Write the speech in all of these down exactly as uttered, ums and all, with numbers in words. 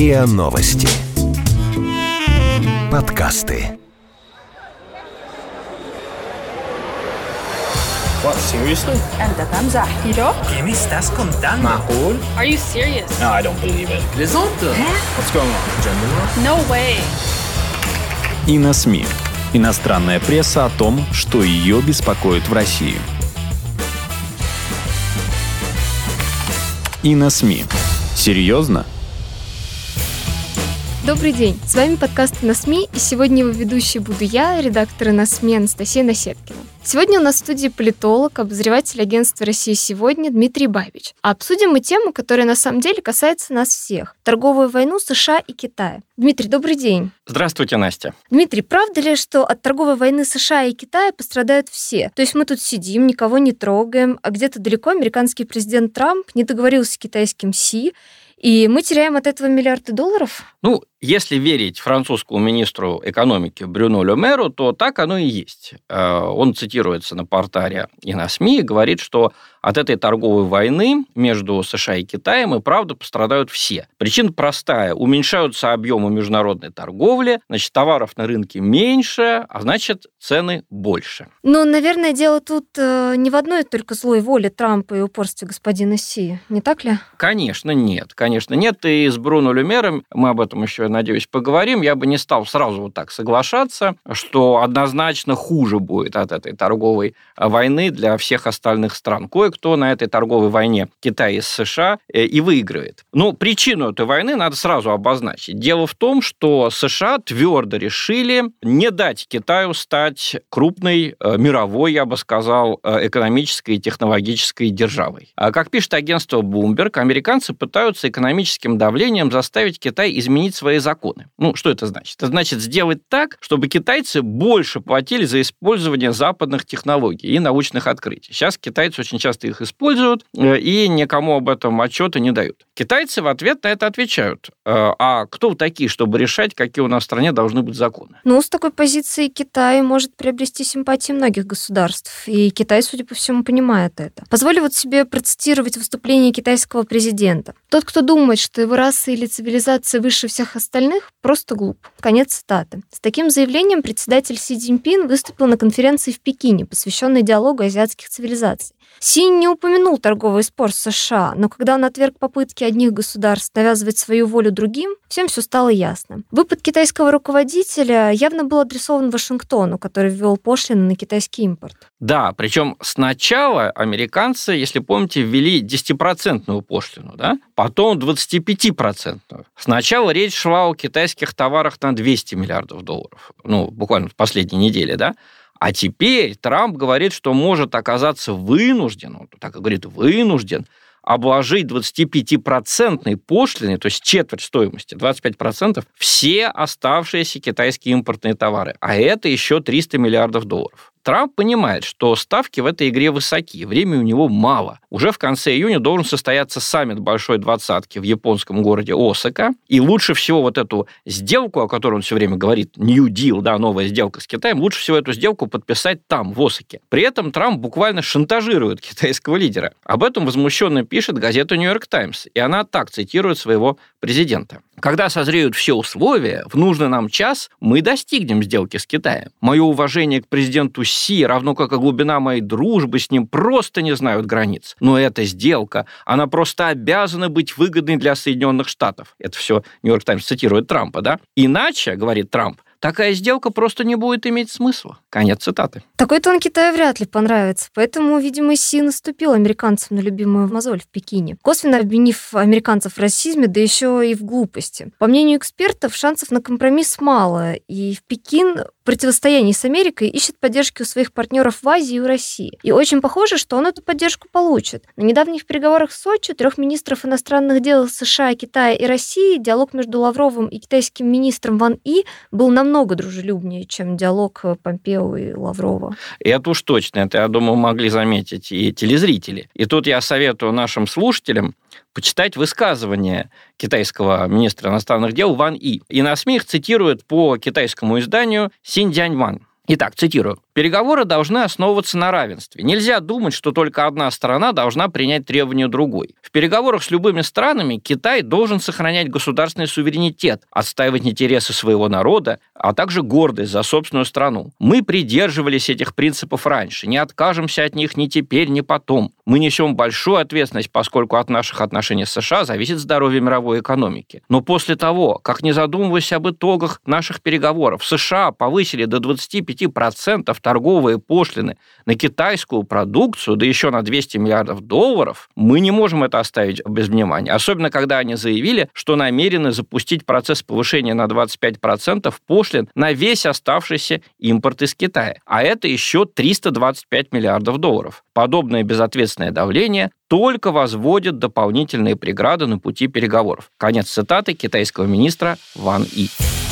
РИА Новости. Подкасты. What, seriously? أنت تمزح. ¿Yo? ¿Qué me estás contando? معقول? Are you serious? No, I don't believe it. Plaisante? What's going on? Gender? No way. Иносми. Иностранная пресса о том, что ее беспокоит в России. Иносми. Серьезно? Добрый день, с вами подкаст «Иносми», и сегодня его ведущей буду я, редактор «Иносми» Анастасия Насеткина. Сегодня у нас в студии политолог, обозреватель агентства «Россия сегодня» Дмитрий Бабич. А обсудим мы тему, которая на самом деле касается нас всех – торговую войну США и Китая. Дмитрий, добрый день. Здравствуйте, Настя. Дмитрий, правда ли, что от торговой войны США и Китая пострадают все? То есть мы тут сидим, никого не трогаем, а где-то далеко американский президент Трамп не договорился с китайским Си, и мы теряем от этого миллиарды долларов? Ну, если верить французскому министру экономики Брюно Ле Мэру, то так оно и есть. Он цитируется на портале Иносми и говорит, что от этой торговой войны между США и Китаем и правда пострадают все. Причина простая. Уменьшаются объемы международной торговли, значит, товаров на рынке меньше, а значит, цены больше. Ну, наверное, дело тут э, не в одной только злой воле Трампа и упорстве господина Си, не так ли? Конечно, нет. Конечно, нет. И с Бруно Ле Мэром, мы об этом еще, надеюсь, поговорим, я бы не стал сразу вот так соглашаться, что однозначно хуже будет от этой торговой войны для всех остальных стран. Кое-кто на этой торговой войне Китая и США и выигрывает. Но причину этой войны надо сразу обозначить. Дело в том, что США твердо решили не дать Китаю стать крупной мировой, я бы сказал, экономической и технологической державой. А как пишет агентство Bloomberg, американцы пытаются экономическим давлением заставить Китай изменить свои законы. Ну, что это значит? Это значит сделать так, чтобы китайцы больше платили за использование западных технологий и научных открытий. Сейчас китайцы очень часто их используют и никому об этом отчета не дают. Китайцы в ответ на это отвечают. А кто вы такие, чтобы решать, какие у нас в стране должны быть законы? Ну, с такой позиции Китай может приобрести симпатии многих государств, и Китай, судя по всему, понимает это. Позволю вот себе процитировать выступление китайского президента. «Тот, кто думает, что его раса или цивилизация выше всех остальных, просто глуп». Конец цитаты. С таким заявлением председатель Си Цзиньпин выступил на конференции в Пекине, посвященной диалогу азиатских цивилизаций. Си не упомянул торговый спор с США, но когда он отверг попытки одних государств навязывать свою волю другим, всем все стало ясно. Выпад китайского руководителя явно был адресован Вашингтону, который ввел пошлины на китайский импорт. Да, причем сначала американцы, если помните, ввели десятипроцентную пошлину, да? Потом двадцатипятипроцентную. Сначала речь шла о китайских товарах на двести миллиардов долларов, ну, буквально в последней неделе, да? А теперь Трамп говорит, что может оказаться вынужден, он так и говорит, вынужден обложить двадцатипятипроцентной пошлиной, то есть четверть стоимости, двадцать пять процентов, все оставшиеся китайские импортные товары. А это еще триста миллиардов долларов. Трамп понимает, что ставки в этой игре высоки, времени у него мало. Уже в конце июня должен состояться саммит Большой Двадцатки в японском городе Осака, и лучше всего вот эту сделку, о которой он все время говорит, New Deal, да, новая сделка с Китаем, лучше всего эту сделку подписать там, в Осаке. При этом Трамп буквально шантажирует китайского лидера. Об этом возмущенно пишет газета «Нью-Йорк Таймс», и она так цитирует своего президента. «Когда созреют все условия, в нужный нам час мы достигнем сделки с Китаем. Мое уважение к президенту Си, равно как и глубина моей дружбы с ним, просто не знают границ. Но эта сделка, она просто обязана быть выгодной для Соединенных Штатов». Это все «Нью-Йорк Таймс» цитирует Трампа, да? «Иначе, — говорит Трамп, — такая сделка просто не будет иметь смысла». Конец цитаты. Такой тон Китаю вряд ли понравится, поэтому, видимо, Си наступил американцам на любимую мозоль в Пекине, косвенно обвинив американцев в расизме, да еще и в глупости. По мнению экспертов, шансов на компромисс мало, и в Пекин в противостоянии с Америкой ищет поддержки у своих партнеров в Азии и у России. И очень похоже, что он эту поддержку получит. На недавних переговорах в Сочи трех министров иностранных дел США, Китая и России диалог между Лавровым и китайским министром Ван И был намного дружелюбнее, чем диалог Помпео и Лаврова. Это уж точно. Это, я думаю, могли заметить и телезрители. И тут я советую нашим слушателям почитать высказывание китайского министра иностранных дел Ван И. И на СМИ их цитирует по китайскому изданию Синьцзяньван. Итак, цитирую. Переговоры должны основываться на равенстве. Нельзя думать, что только одна сторона должна принять требования другой. В переговорах с любыми странами Китай должен сохранять государственный суверенитет, отстаивать интересы своего народа, а также гордость за собственную страну. Мы придерживались этих принципов раньше, не откажемся от них ни теперь, ни потом. Мы несем большую ответственность, поскольку от наших отношений с США зависит здоровье мировой экономики. Но после того, как, не задумываясь об итогах наших переговоров, США повысили до двадцати пяти процентов торговые пошлины на китайскую продукцию, да еще на двести миллиардов долларов, мы не можем это оставить без внимания. Особенно, когда они заявили, что намерены запустить процесс повышения на двадцать пять процентов пошлин на весь оставшийся импорт из Китая. А это еще триста двадцать пять миллиардов долларов. Подобное безответственное давление только возводит дополнительные преграды на пути переговоров. Конец цитаты китайского министра Ван И.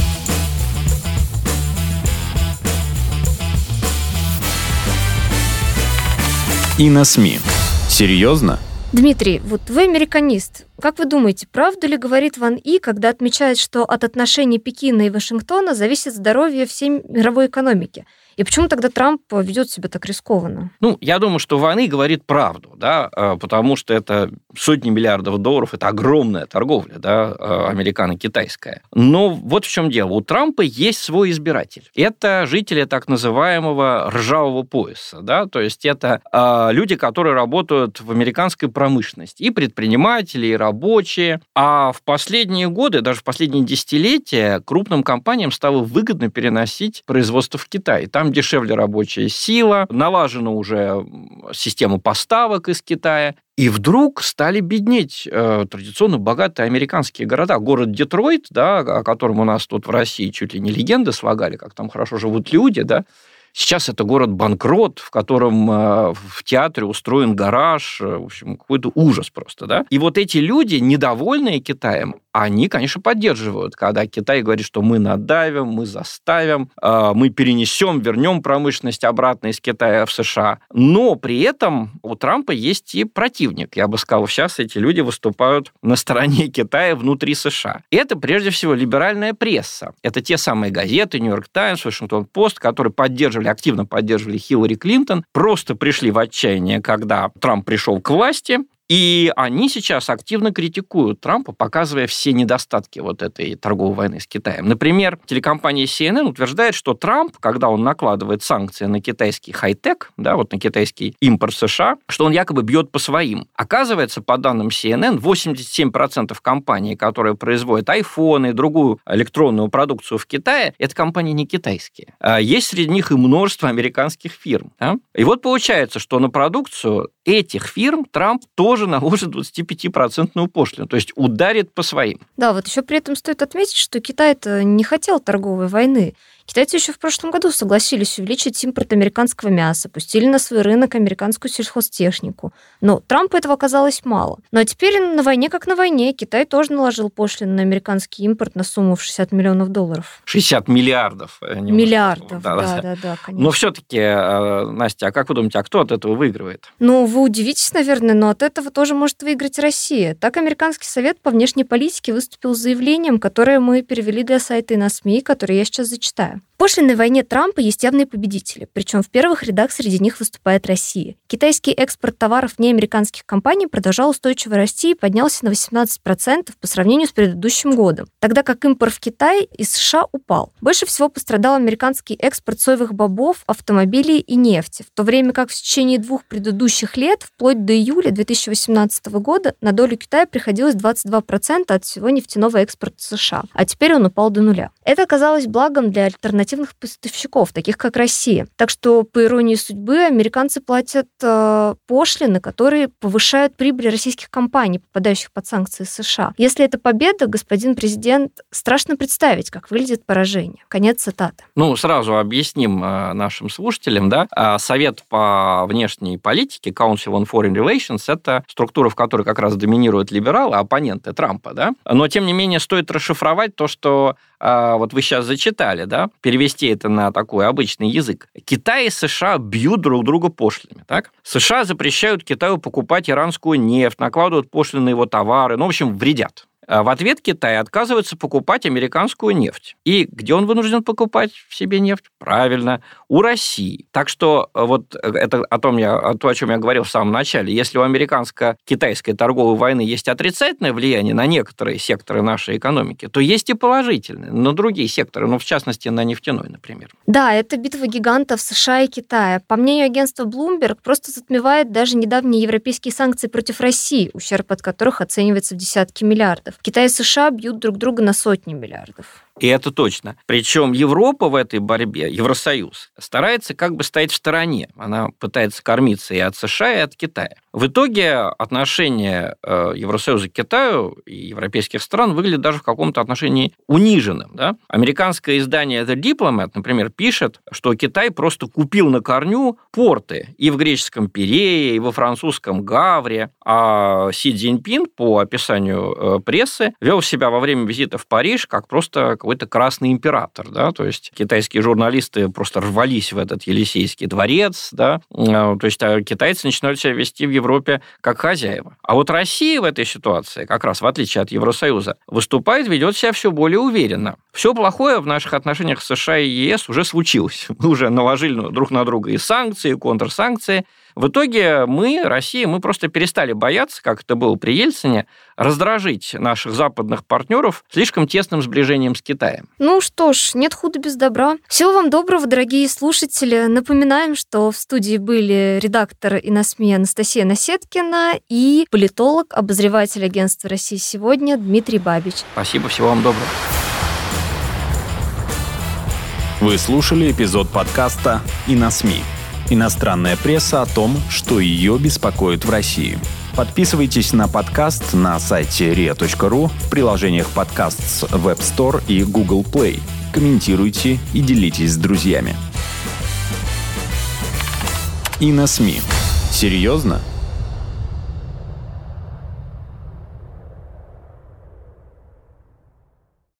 И на СМИ. Серьезно? Дмитрий, вот вы американист. Как вы думаете, правду ли говорит Ван И, когда отмечает, что от отношений Пекина и Вашингтона зависит здоровье всей мировой экономики? И почему тогда Трамп ведет себя так рискованно? Ну, я думаю, что Ван И говорит правду, да, потому что это сотни миллиардов долларов, это огромная торговля, да, американо-китайская. Но вот в чем дело. У Трампа есть свой избиратель. Это жители так называемого ржавого пояса, да, то есть это э, люди, которые работают в американской промышленности, и предприниматели, и рабочие. А в последние годы, даже в последние десятилетия, крупным компаниям стало выгодно переносить производство в Китай. Там дешевле рабочая сила, налажена уже система поставок из Китая. И вдруг стали беднеть э, традиционно богатые американские города. Город Детройт, да, о котором у нас тут в России чуть ли не легенды слагали, как там хорошо живут люди, да. Сейчас это город-банкрот, в котором э, в театре устроен гараж, э, в общем, какой-то ужас просто, да. И вот эти люди, недовольные Китаем, они, конечно, поддерживают, когда Китай говорит, что мы надавим, мы заставим, э, мы перенесем, вернем промышленность обратно из Китая в США. Но при этом у Трампа есть и противник. Я бы сказал, сейчас эти люди выступают на стороне Китая внутри США. И это, прежде всего, либеральная пресса. Это те самые газеты, Нью-Йорк Таймс, Вашингтон-Пост, которые поддерживали активно поддерживали Хиллари Клинтон, просто пришли в отчаяние, когда Трамп пришел к власти, и они сейчас активно критикуют Трампа, показывая все недостатки вот этой торговой войны с Китаем. Например, телекомпания Си Эн Эн утверждает, что Трамп, когда он накладывает санкции на китайский хай-тек, да, вот на китайский импорт США, что он якобы бьет по своим. Оказывается, по данным Си Эн Эн, восемьдесят семь процентов компаний, которые производят айфоны и другую электронную продукцию в Китае, это компании не китайские. Есть среди них и множество американских фирм. Да? И вот получается, что на продукцию этих фирм Трамп тоже наложит двадцатипятипроцентную пошлину, то есть ударит по своим. Да, вот еще при этом стоит отметить, что Китай-то не хотел торговой войны. Китайцы еще в прошлом году согласились увеличить импорт американского мяса, пустили на свой рынок американскую сельхозтехнику. Но Трампу этого оказалось мало. Ну а теперь на войне как на войне. Китай тоже наложил пошлину на американский импорт на сумму в шестьдесят миллионов долларов. шестьдесят миллиардов. Миллиардов, да, да, да, да, конечно. Но все-таки, Настя, а как вы думаете, а кто от этого выигрывает? Ну, вы удивитесь, наверное, но от этого тоже может выиграть Россия. Так, Американский совет по внешней политике выступил с заявлением, которое мы перевели для сайта и на СМИ, которое я сейчас зачитаю. В пошлинной войне Трампа есть явные победители, причем в первых рядах среди них выступает Россия. Китайский экспорт товаров неамериканских компаний продолжал устойчиво расти и поднялся на восемнадцать процентов по сравнению с предыдущим годом, тогда как импорт в Китай из США упал. Больше всего пострадал американский экспорт соевых бобов, автомобилей и нефти, в то время как в течение двух предыдущих лет, вплоть до июля две тысячи восемнадцатого года, на долю Китая приходилось двадцать два процента от всего нефтяного экспорта США, а теперь он упал до нуля. Это оказалось благом для альтернативных поставщиков, таких как Россия. Так что, по иронии судьбы, американцы платят э, пошлины, которые повышают прибыль российских компаний, попадающих под санкции США. Если это победа, господин президент, страшно представить, как выглядит поражение. Конец цитаты. Ну, сразу объясним э, нашим слушателям, да, Совет по внешней политике, Council on Foreign Relations, это структура, в которой как раз доминируют либералы, оппоненты Трампа, да. Но, тем не менее, стоит расшифровать то, что э, вот вы сейчас зачитали, да, перевести это на такой обычный язык. Китай и США бьют друг друга пошлинами, так? США запрещают Китаю покупать иранскую нефть, накладывают пошлины на его товары, ну, в общем, вредят. В ответ Китай отказывается покупать американскую нефть. И где он вынужден покупать в себе нефть? Правильно, у России. Так что вот это о том, я, о, том, о чем я говорил в самом начале. Если у американско-китайской торговой войны есть отрицательное влияние на некоторые секторы нашей экономики, то есть и положительное на другие секторы, ну, в частности, на нефтяной, например. Да, это битва гигантов США и Китая. По мнению агентства Bloomberg, просто затмевает даже недавние европейские санкции против России, ущерб от которых оценивается в десятки миллиардов. Китай и США бьют друг друга на сотни миллиардов. И это точно. Причем Европа в этой борьбе, Евросоюз, старается как бы стоять в стороне. Она пытается кормиться и от США, и от Китая. В итоге отношение Евросоюза к Китаю и европейских стран выглядит даже в каком-то отношении униженным. Да? Американское издание The Diplomat, например, пишет, что Китай просто купил на корню порты и в греческом Пирее, и во французском Гавре. А Си Цзиньпин, по описанию прессы, вел себя во время визита в Париж как просто какой-то красный император, да, то есть китайские журналисты просто рвались в этот Елисейский дворец, да, то есть китайцы начинают себя вести в Европе как хозяева. А вот Россия в этой ситуации, как раз в отличие от Евросоюза, выступает, ведет себя все более уверенно. Все плохое в наших отношениях с США и ЕС уже случилось. Мы уже наложили друг на друга и санкции, и контрсанкции. В итоге мы, Россия, мы просто перестали бояться, как это было при Ельцине, раздражить наших западных партнеров слишком тесным сближением с Китаем. Ну что ж, нет худа без добра. Всего вам доброго, дорогие слушатели. Напоминаем, что в студии были редактор и на СМИ Анастасия Насеткина и политолог, обозреватель агентства «Россия сегодня» Дмитрий Бабич. Спасибо, всего вам доброго. Вы слушали эпизод подкаста «И на СМИ». Иностранная пресса о том, что ее беспокоит в России. Подписывайтесь на подкаст на сайте риа точка ру, в приложениях подкаст с Web Store и Google Play. Комментируйте и делитесь с друзьями. И на СМИ. Серьезно?